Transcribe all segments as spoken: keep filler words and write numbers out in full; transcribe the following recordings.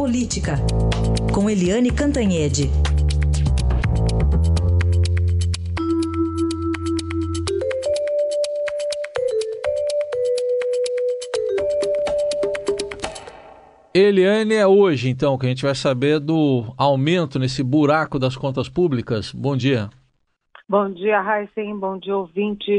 Política, com Eliane Cantanhede. Eliane, é hoje, então, que a gente vai saber do aumento nesse buraco das contas públicas. Bom dia. Bom dia, Raíssen. Bom dia, ouvintes.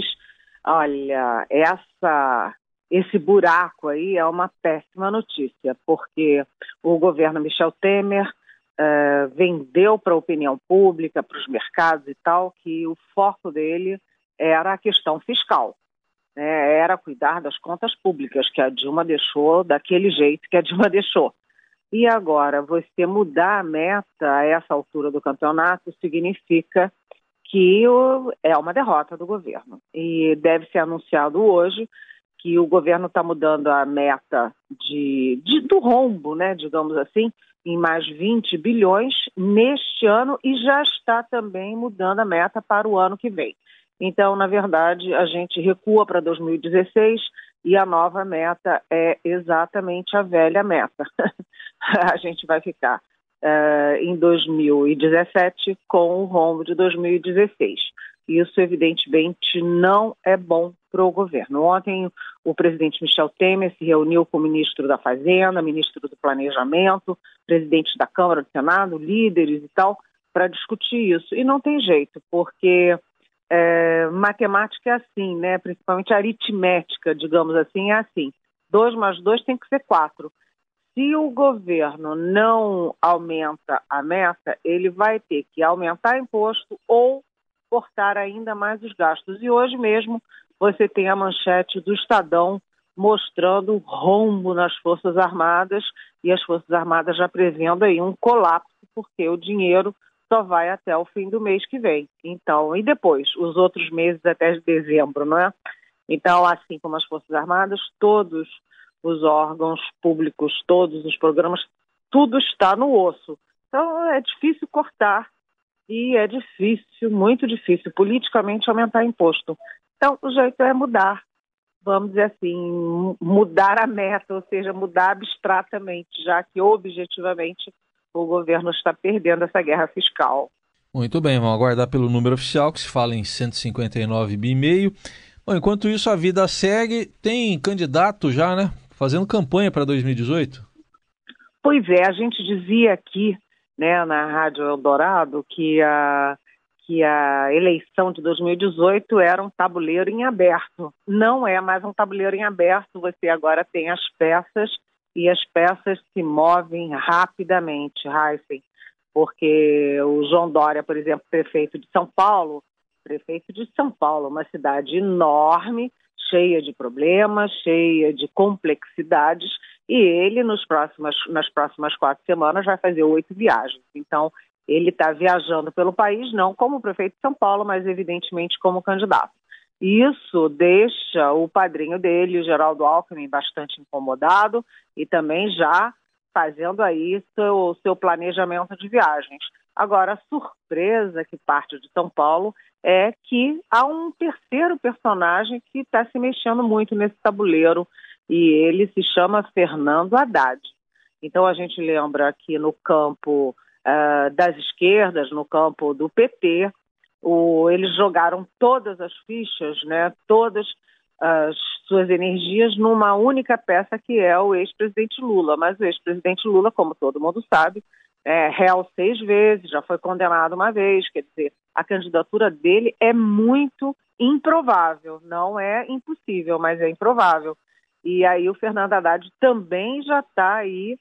Olha, essa, esse buraco aí é uma péssima notícia, porque o governo Michel Temer uh, vendeu para a opinião pública, para os mercados e tal, que o foco dele era a questão fiscal. É, era cuidar das contas públicas, que a Dilma deixou daquele jeito que a Dilma deixou. E agora, você mudar a meta a essa altura do campeonato significa que o, é uma derrota do governo. E deve ser anunciado hoje que o governo está mudando a meta de, de, do rombo, né, digamos assim, em mais vinte bilhões neste ano e já está também mudando a meta para o ano que vem. Então, na verdade, a gente recua para dois mil e dezesseis e a nova meta é exatamente a velha meta. A gente vai ficar uh, em dois mil e dezessete com o rombo de dois mil e dezesseis. Isso, evidentemente, não é bom para o governo. Ontem, o presidente Michel Temer se reuniu com o ministro da Fazenda, ministro do Planejamento, presidente da Câmara, do Senado, líderes e tal, para discutir isso. E não tem jeito, porque... É, matemática é assim, né? Principalmente aritmética, digamos assim, é assim. Dois mais dois tem que ser quatro. Se o governo não aumenta a meta, ele vai ter que aumentar imposto ou cortar ainda mais os gastos. E hoje mesmo você tem a manchete do Estadão mostrando rombo nas Forças Armadas e as Forças Armadas já prevendo aí um colapso, porque o dinheiro só vai até o fim do mês que vem. Então, e depois, os outros meses até dezembro, não é? Então, assim como as Forças Armadas, todos os órgãos públicos, todos os programas, tudo está no osso. Então, é difícil cortar e é difícil, muito difícil, politicamente aumentar imposto. Então, o jeito é mudar, vamos dizer assim, mudar a meta, ou seja, mudar abstratamente, já que objetivamente o governo está perdendo essa guerra fiscal. Muito bem, vamos aguardar pelo número oficial, que se fala em cento e cinquenta e nove bi e meio. Bom, enquanto isso, a vida segue. Tem candidato já, né? Fazendo campanha para dois mil e dezoito? Pois é, a gente dizia aqui, né, na Rádio Eldorado, que a, que a eleição de dois mil e dezoito era um tabuleiro em aberto. Não é mais um tabuleiro em aberto, você agora tem as peças e as peças se movem rapidamente, Raíssen, porque o João Dória, por exemplo, prefeito de São Paulo, prefeito de São Paulo, uma cidade enorme, cheia de problemas, cheia de complexidades, e ele nos próximas, nas próximas quatro semanas vai fazer oito viagens. Então, ele está viajando pelo país, não como prefeito de São Paulo, mas evidentemente como candidato. Isso deixa o padrinho dele, o Geraldo Alckmin, bastante incomodado e também já fazendo aí seu, seu planejamento de viagens. Agora, a surpresa que parte de São Paulo é que há um terceiro personagem que está se mexendo muito nesse tabuleiro e ele se chama Fernando Haddad. Então, a gente lembra aqui no campo uh, das esquerdas, no campo do P T, O, eles jogaram todas as fichas, né, todas as suas energias numa única peça que é o ex-presidente Lula. Mas o ex-presidente Lula, como todo mundo sabe, é réu seis vezes, já foi condenado uma vez, quer dizer, a candidatura dele é muito improvável, não é impossível, mas é improvável. E aí o Fernando Haddad também já está aí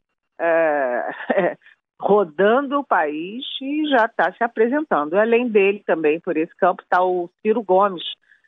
é, rodando o país e já está se apresentando. Além dele também, por esse campo, está o Ciro Gomes,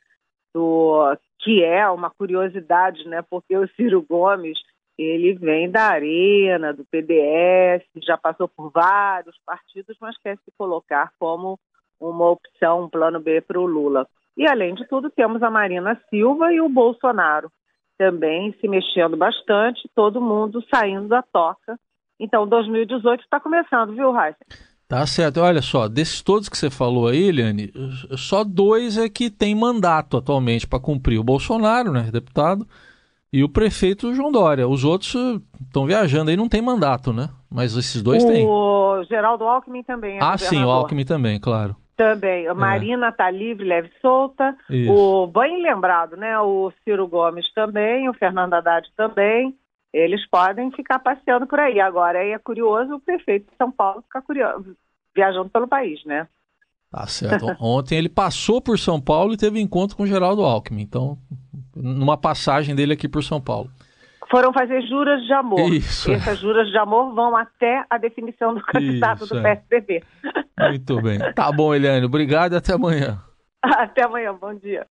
do, que é uma curiosidade, né? Porque o Ciro Gomes, ele vem da Arena, do P D S, já passou por vários partidos, mas quer se colocar como uma opção, um plano B para o Lula. E, além de tudo, temos a Marina Silva e o Bolsonaro também se mexendo bastante, todo mundo saindo da toca. Então, dois mil e dezoito está começando, viu, Raíssa? Tá certo. Olha só, desses todos que você falou aí, Eliane, só dois é que tem mandato atualmente para cumprir. O Bolsonaro, né, deputado, e o prefeito João Dória. Os outros estão viajando aí, não tem mandato, né? Mas esses dois têm. O Geraldo Alckmin também é Ah, governador. sim, o Alckmin também, claro. Também. A Marina está livre, leve e solta. Isso. O, bem lembrado, né? O Ciro Gomes também, o Fernando Haddad também. Eles podem ficar passeando por aí. Agora, aí é curioso o prefeito de São Paulo ficar curioso, viajando pelo país, né? Tá certo. Ontem ele passou por São Paulo e teve encontro com o Geraldo Alckmin. Então, numa passagem dele aqui por São Paulo. Foram fazer juras de amor. Isso. Essas juras de amor vão até a definição do candidato Isso, do é. P S D B. Muito bem. Tá bom, Eliane. Obrigado e até amanhã. Até amanhã. Bom dia.